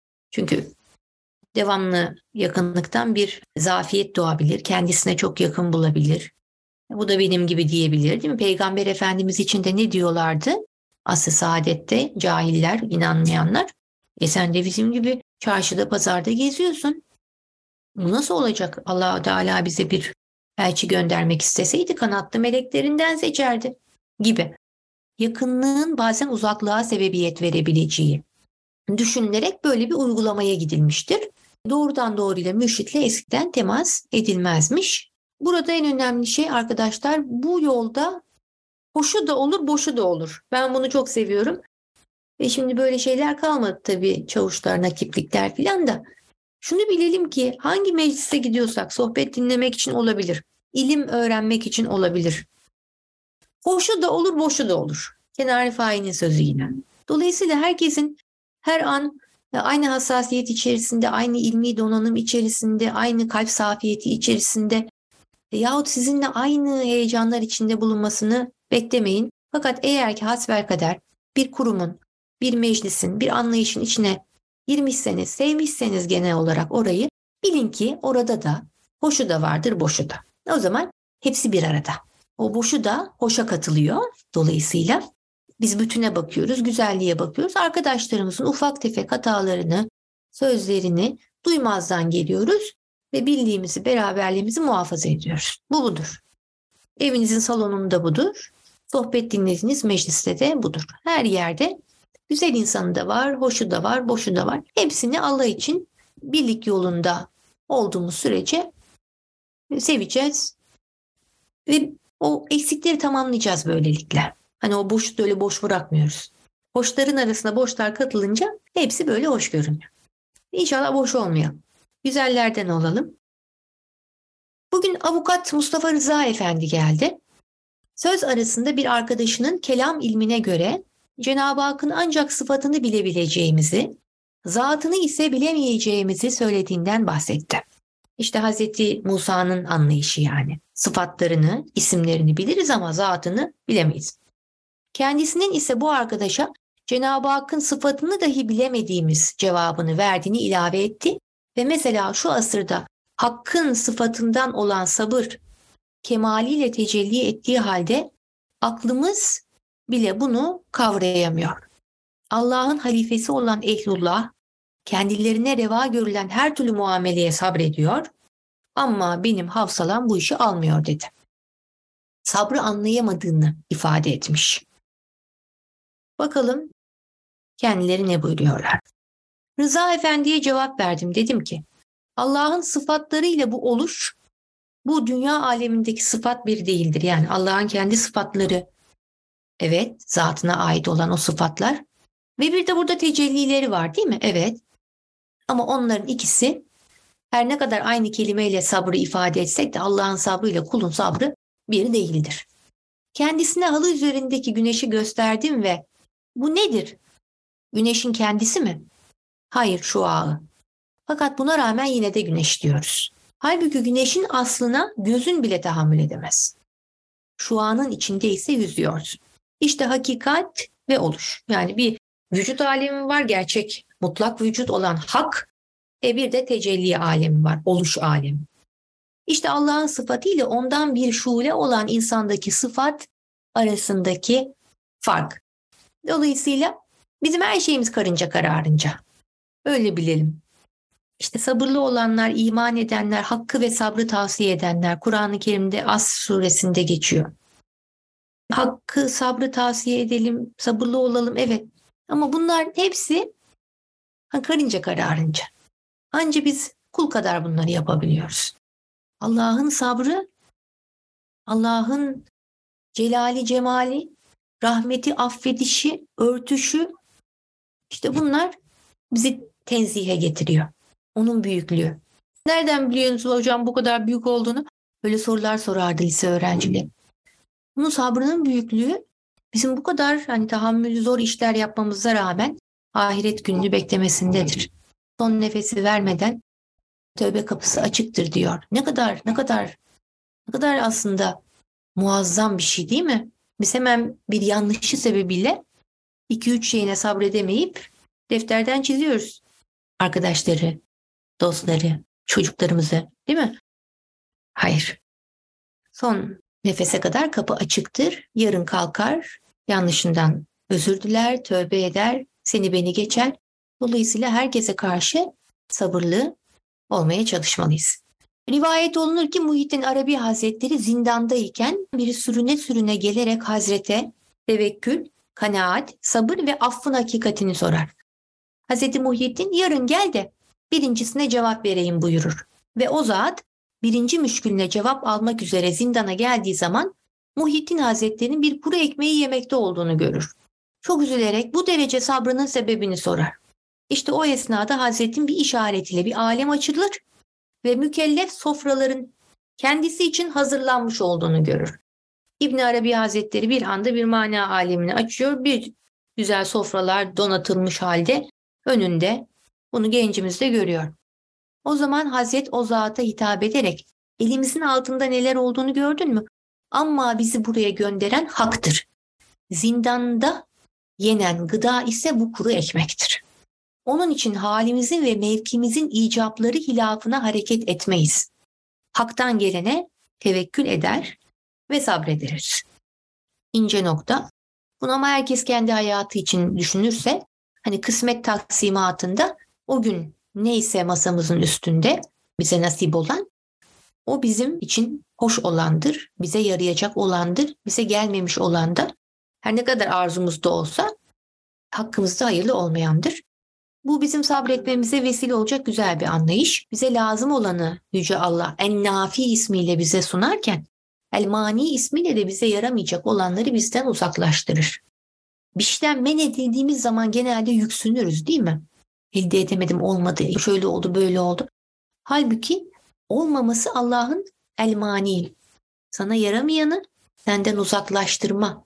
çünkü devamlı yakınlıktan bir zafiyet doğabilir, kendisine çok yakın bulabilir. Bu da benim gibi diyebilir değil mi? Peygamber Efendimiz için de ne diyorlardı? Asr-ı saadette cahiller, inanmayanlar. E sen de bizim gibi çarşıda, pazarda geziyorsun. Bu nasıl olacak? Allah Teala bize bir elçi göndermek isteseydi kanatlı meleklerinden seçerdi gibi. Yakınlığın bazen uzaklığa sebebiyet verebileceği düşünülerek böyle bir uygulamaya gidilmiştir. Doğrudan doğruyla mürşitle eskiden temas edilmezmiş. Burada en önemli şey arkadaşlar, bu yolda hoşu da olur, boşu da olur. Ben bunu çok seviyorum. Ve şimdi böyle şeyler kalmadı tabii, çavuşlar, nakiplikler filan da. Şunu bilelim ki hangi meclise gidiyorsak sohbet dinlemek için olabilir, ilim öğrenmek için olabilir. Hoşu da olur, boşu da olur. Kenari Faik'in sözü yine. Dolayısıyla herkesin her an aynı hassasiyet içerisinde, aynı ilmi donanım içerisinde, aynı kalp safiyeti içerisinde yahut sizinle aynı heyecanlar içinde bulunmasını beklemeyin. Fakat eğer ki hasbelkader bir kurumun, bir meclisin, bir anlayışın içine girmişseniz, sevmişseniz genel olarak orayı, bilin ki orada da hoşu da vardır, boşu da. O zaman hepsi bir arada. O boşu da hoşa katılıyor. Dolayısıyla biz bütüne bakıyoruz, güzelliğe bakıyoruz. Arkadaşlarımızın ufak tefek hatalarını, sözlerini duymazdan geliyoruz ve birliğimizi, beraberliğimizi muhafaza ediyoruz. Bu budur. Evinizin salonunda budur. Sohbet dinlediğiniz mecliste de budur. Her yerde güzel insanı da var, hoşu da var, boşu da var. Hepsini Allah için birlik yolunda olduğumuz sürece seveceğiz ve o eksikleri tamamlayacağız böylelikle. Hani o boşlukta öyle boş bırakmıyoruz. Boşların arasına boşlar katılınca hepsi böyle hoş görünüyor. İnşallah boş olmayalım. Güzellerden olalım. Bugün avukat Mustafa Rıza Efendi geldi. Söz arasında bir arkadaşının kelam ilmine göre Cenab-ı Hakk'ın ancak sıfatını bilebileceğimizi, zatını ise bilemeyeceğimizi söylediğinden bahsetti. İşte Hazreti Musa'nın anlayışı yani. Sıfatlarını, isimlerini biliriz ama zatını bilemeyiz. Kendisinin ise bu arkadaşa Cenab-ı Hakk'ın sıfatını dahi bilemediğimiz cevabını verdiğini ilave etti ve mesela şu asırda Hakk'ın sıfatından olan sabır kemaliyle tecelli ettiği halde aklımız bile bunu kavrayamıyor. Allah'ın halifesi olan ehlullah kendilerine reva görülen her türlü muameleye sabrediyor ama benim hafsalam bu işi almıyor dedi. Sabrı anlayamadığını ifade etmiş. Bakalım kendileri ne buyuruyorlar. Rıza Efendi'ye cevap verdim. Dedim ki Allah'ın sıfatlarıyla bu oluş, bu dünya alemindeki sıfat bir değildir. Yani Allah'ın kendi sıfatları, evet, zatına ait olan o sıfatlar ve bir de burada tecellileri var değil mi? Evet. Ama onların ikisi her ne kadar aynı kelimeyle sabrı ifade etsek de Allah'ın sabrıyla kulun sabrı bir değildir. Kendisine halı üzerindeki güneşi gösterdim ve bu nedir? Güneşin kendisi mi? Hayır, şuağı. Fakat buna rağmen yine de güneş diyoruz. Halbuki güneşin aslına gözün bile tahammül edemez. Şuanın içinde ise yüzüyorsun. İşte hakikat ve oluş. Yani bir vücut alemi var, gerçek, mutlak vücut olan hak. E bir de tecelli alemi var, oluş alemi. İşte Allah'ın sıfatıyla ondan bir şule olan insandaki sıfat arasındaki fark. Dolayısıyla bizim her şeyimiz karınca kararınca. Öyle bilelim. İşte sabırlı olanlar, iman edenler, hakkı ve sabrı tavsiye edenler. Kur'an-ı Kerim'de As suresinde geçiyor. Hakkı, sabrı tavsiye edelim, sabırlı olalım, evet. Ama bunlar hepsi karınca kararınca. Anca biz kul kadar bunları yapabiliyoruz. Allah'ın sabrı, Allah'ın celali cemali, rahmeti, affedişi, örtüşü, işte bunlar bizi tenzihe getiriyor. Onun büyüklüğü. Nereden biliyorsunuz hocam bu kadar büyük olduğunu? Böyle sorular sorardı lise öğrencileri. Bunun sabrının büyüklüğü bizim bu kadar hani tahammülü zor işler yapmamıza rağmen ahiret gününü beklemesindedir. Son nefesi vermeden tövbe kapısı açıktır diyor. Ne kadar ne kadar ne kadar aslında muazzam bir şey değil mi? Biz hemen bir yanlışı sebebiyle iki üç şeyine sabredemeyip defterden çiziyoruz. Arkadaşları, dostları, çocuklarımızı, değil mi? Hayır. Son nefese kadar kapı açıktır. Yarın kalkar, yanlışından özür diler, tövbe eder, seni beni geçer. Dolayısıyla herkese karşı sabırlı olmaya çalışmalıyız. Rivayet olunur ki Muhyiddin Arabi Hazretleri zindandayken biri sürüne sürüne gelerek Hazrete tevekkül, kanaat, sabır ve affın hakikatini sorar. Hazreti Muhyiddin yarın gel de birincisine cevap vereyim buyurur. Ve o zat birinci müşkülüne cevap almak üzere zindana geldiği zaman Muhyiddin Hazretleri'nin bir kuru ekmeği yemekte olduğunu görür. Çok üzülerek bu derece sabrının sebebini sorar. İşte o esnada Hazretin bir işaretiyle bir alem açılır ve mükellef sofraların kendisi için hazırlanmış olduğunu görür. İbn Arabi Hazretleri bir anda bir mana alemini açıyor. Bir güzel sofralar donatılmış halde önünde. Bunu gencimiz de görüyor. O zaman Hazret o zata hitap ederek elimizin altında neler olduğunu gördün mü? Ama bizi buraya gönderen haktır. Zindanda yenen gıda ise bu kuru ekmektir. Onun için halimizin ve mevkimizin icapları hilafına hareket etmeyiz. Hak'tan gelene tevekkül eder ve sabrederiz. İnce nokta. Bunu ama herkes kendi hayatı için düşünürse, hani kısmet taksimatında o gün neyse masamızın üstünde bize nasip olan, o bizim için hoş olandır, bize yarayacak olandır, bize gelmemiş olan da her ne kadar arzumuzda olsa hakkımızda hayırlı olmayandır. Bu bizim sabretmemize vesile olacak güzel bir anlayış. Bize lazım olanı Yüce Allah En-Nafi ismiyle bize sunarken El-Mani ismiyle de bize yaramayacak olanları bizden uzaklaştırır. Bir şeyden men edildiğimiz zaman genelde yüksünürüz değil mi? Elde edemedim, olmadı, şöyle oldu, böyle oldu. Halbuki olmaması Allah'ın El-Mani, sana yaramayanı senden uzaklaştırma.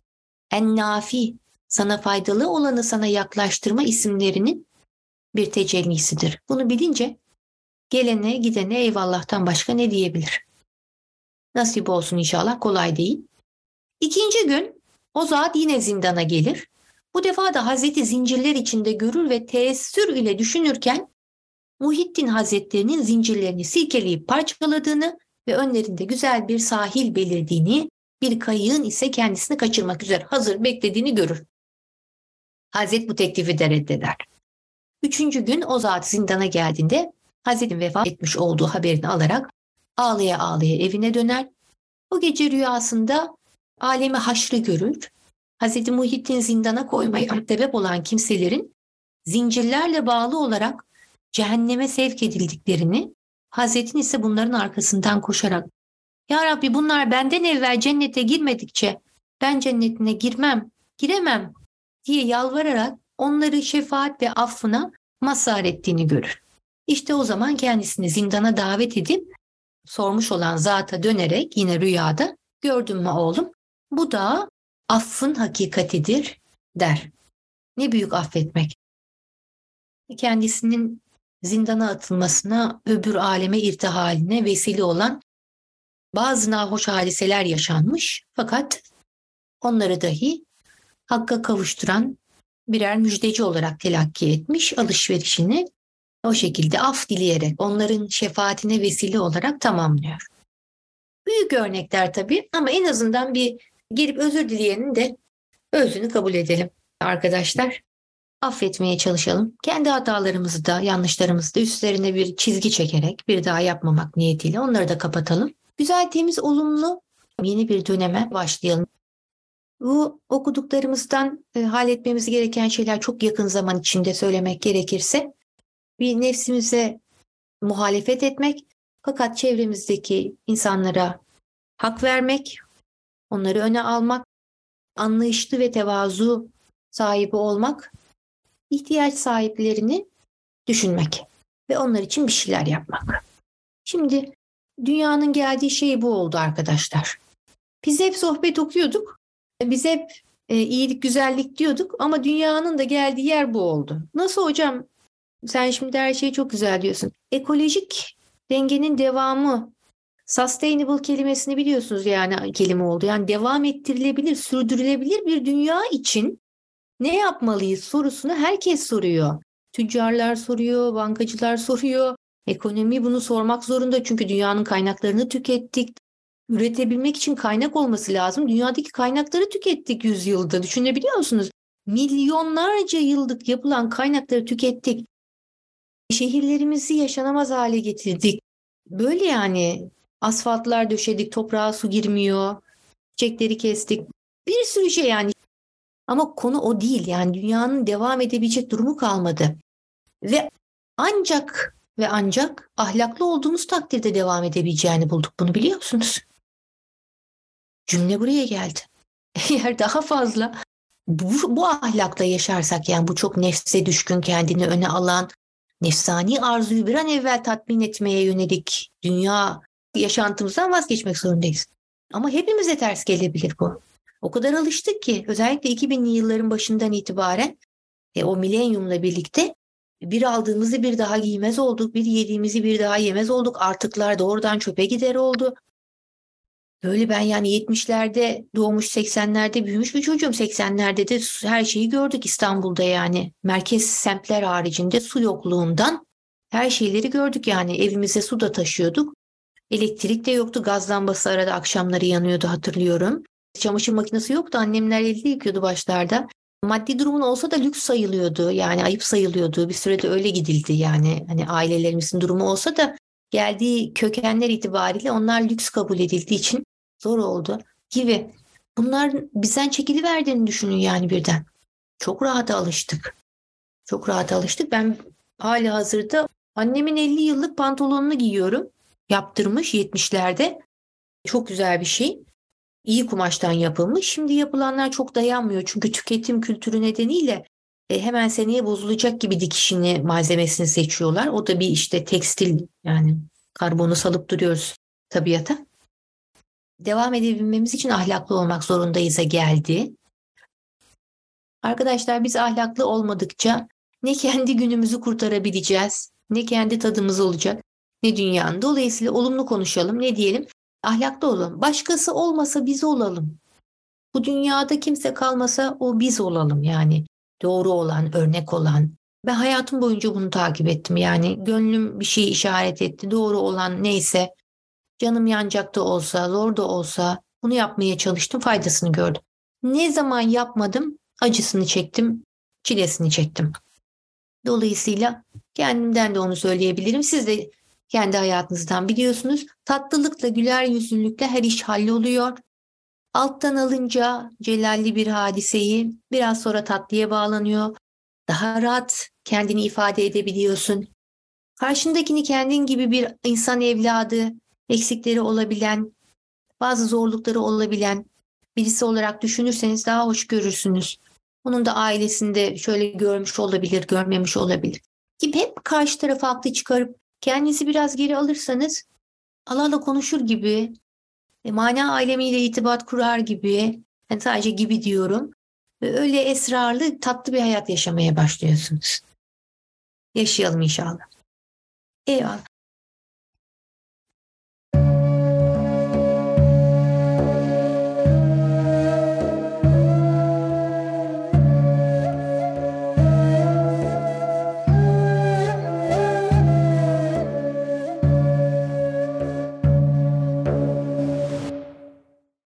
En-Nafi, sana faydalı olanı sana yaklaştırma isimlerinin bir tecellisidir. Bunu bilince gelene gidene eyvallah'tan başka ne diyebilir? Nasip olsun inşallah, kolay değil. İkinci gün o zat yine zindana gelir. Bu defa da Hazreti zincirler içinde görür ve teessür ile düşünürken Muhyiddin Hazretlerinin zincirlerini silkeleyip parçaladığını ve önlerinde güzel bir sahil belirdiğini, bir kayığın ise kendisini kaçırmak üzere hazır beklediğini görür. Hazret bu teklifi de reddeder. Üçüncü gün o zat zindana geldiğinde Hazret'in vefat etmiş olduğu haberini alarak ağlaya ağlaya evine döner. O gece rüyasında alemi haşrı görür Hz. Muhyiddin zindana koymaya sebep olan kimselerin zincirlerle bağlı olarak cehenneme sevk edildiklerini, Hazretin ise bunların arkasından koşarak "Ya Rabbi, bunlar benden evvel cennete girmedikçe ben cennetine girmem, giremem" diye yalvararak onları şefaat ve affına mazhar ettiğini görür. İşte o zaman kendisini zindana davet edip sormuş olan zata dönerek yine rüyada "Gördün mü oğlum? Bu da affın hakikatidir" der. Ne büyük affetmek. Kendisinin zindana atılmasına, öbür aleme irtihaline vesile olan bazı nahoş hadiseler yaşanmış, fakat onları dahi hakka kavuşturan birer müjdeci olarak telakki etmiş, alışverişini o şekilde af dileyerek onların şefaatine vesile olarak tamamlıyor. Büyük örnekler tabii, ama en azından bir gelip özür dileyenin de özrünü kabul edelim arkadaşlar. Affetmeye çalışalım. Kendi hatalarımızı da, yanlışlarımızı da üstlerine bir çizgi çekerek bir daha yapmamak niyetiyle onları da kapatalım. Güzel, temiz, olumlu yeni bir döneme başlayalım. Bu okuduklarımızdan e, halletmemiz gereken şeyler çok yakın zaman içinde söylemek gerekirse, bir nefsimize muhalefet etmek, fakat çevremizdeki insanlara hak vermek, onları öne almak, anlayışlı ve tevazu sahibi olmak, ihtiyaç sahiplerini düşünmek ve onlar için bir şeyler yapmak. Şimdi dünyanın geldiği şey bu oldu arkadaşlar. Biz hep sohbet okuyorduk, biz hep e, iyilik, güzellik diyorduk, ama dünyanın da geldiği yer bu oldu. Nasıl hocam? Sen şimdi her şeyi çok güzel diyorsun. Ekolojik dengenin devamı, sustainable kelimesini biliyorsunuz, yani kelime oldu. Yani devam ettirilebilir, sürdürülebilir bir dünya için ne yapmalıyız sorusunu herkes soruyor. Tüccarlar soruyor, bankacılar soruyor. Ekonomi bunu sormak zorunda, çünkü dünyanın kaynaklarını tükettik. Üretebilmek için kaynak olması lazım. Dünyadaki kaynakları tükettik yüzyılda. Düşünebiliyor musunuz? Milyonlarca yıllık yapılan kaynakları tükettik. Şehirlerimizi yaşanamaz hale getirdik. Böyle yani, asfaltlar döşedik, toprağa su girmiyor, çiçekleri kestik. Bir sürü şey yani. Ama konu o değil. Yani dünyanın devam edebilecek durumu kalmadı. Ve ancak ve ancak ahlaklı olduğumuz takdirde devam edebileceğini bulduk. Bunu biliyor musunuz? Cümle buraya geldi. Eğer daha fazla bu, bu ahlakla yaşarsak, yani bu çok nefse düşkün, kendini öne alan, nefsani arzuyu bir an evvel tatmin etmeye yönelik dünya yaşantımızdan vazgeçmek zorundayız. Ama hepimize ters gelebilir bu. O kadar alıştık ki, özellikle iki binli yılların başından itibaren e, o milenyumla birlikte bir aldığımızı bir daha giymez olduk, bir yediğimizi bir daha yemez olduk, artıklar doğrudan çöpe gider oldu. Böyle ben yani yetmişlerde doğmuş, seksenlerde büyümüş bir çocuğum. seksenlerde de her şeyi gördük İstanbul'da yani. Merkez semtler haricinde su yokluğundan her şeyleri gördük yani. Evimize su da taşıyorduk. Elektrik de yoktu. Gaz lambası arada akşamları yanıyordu, hatırlıyorum. Çamaşır makinesi yoktu. Annemler elde yıkıyordu başlarda. Maddi durumun olsa da lüks sayılıyordu. Yani ayıp sayılıyordu. Bir sürede öyle gidildi yani. Hani ailelerimizin durumu olsa da geldiği kökenler itibariyle onlar lüks kabul edildiği için zor oldu gibi. Bunlar bizden çekiliverdiğini düşünün yani birden. Çok rahata alıştık. Çok rahata alıştık. Ben hali hazırda annemin elli yıllık pantolonunu giyiyorum. Yaptırmış yetmişlerde. Çok güzel bir şey. İyi kumaştan yapılmış. Şimdi yapılanlar çok dayanmıyor. Çünkü tüketim kültürü nedeniyle e, hemen seneye bozulacak gibi dikişini, malzemesini seçiyorlar. O da bir işte tekstil, yani karbonu salıp duruyoruz tabiata. Devam edebilmemiz için ahlaklı olmak zorundayız'a geldi. Arkadaşlar, biz ahlaklı olmadıkça ne kendi günümüzü kurtarabileceğiz, ne kendi tadımız olacak, ne dünyanın. Dolayısıyla olumlu konuşalım. Ne diyelim? Ahlaklı olalım. Başkası olmasa biz olalım. Bu dünyada kimse kalmasa o biz olalım yani. Doğru olan, örnek olan. Ben hayatım boyunca bunu takip ettim. Yani gönlüm bir şey işaret etti. Doğru olan neyse, canım yanacak da olsa, zor da olsa bunu yapmaya çalıştım, faydasını gördüm. Ne zaman yapmadım, acısını çektim, çilesini çektim. Dolayısıyla kendimden de onu söyleyebilirim. Siz de kendi hayatınızdan biliyorsunuz. Tatlılıkla, güler yüzlülükle her iş halloluyor. Alttan alınca celalli bir hadiseyi biraz sonra tatlıya bağlanıyor. Daha rahat kendini ifade edebiliyorsun. Karşındakini kendin gibi bir insan evladı, eksikleri olabilen, bazı zorlukları olabilen birisi olarak düşünürseniz daha hoş görürsünüz. Onun da ailesinde şöyle görmüş olabilir, görmemiş olabilir. Gibi hep karşı tarafa haklı çıkarıp kendinizi biraz geri alırsanız Allah'la konuşur gibi, e, mana alemiyle irtibat kurar gibi, yani sadece gibi diyorum. Ve öyle esrarlı, tatlı bir hayat yaşamaya başlıyorsunuz. Yaşayalım inşallah. Eyvallah.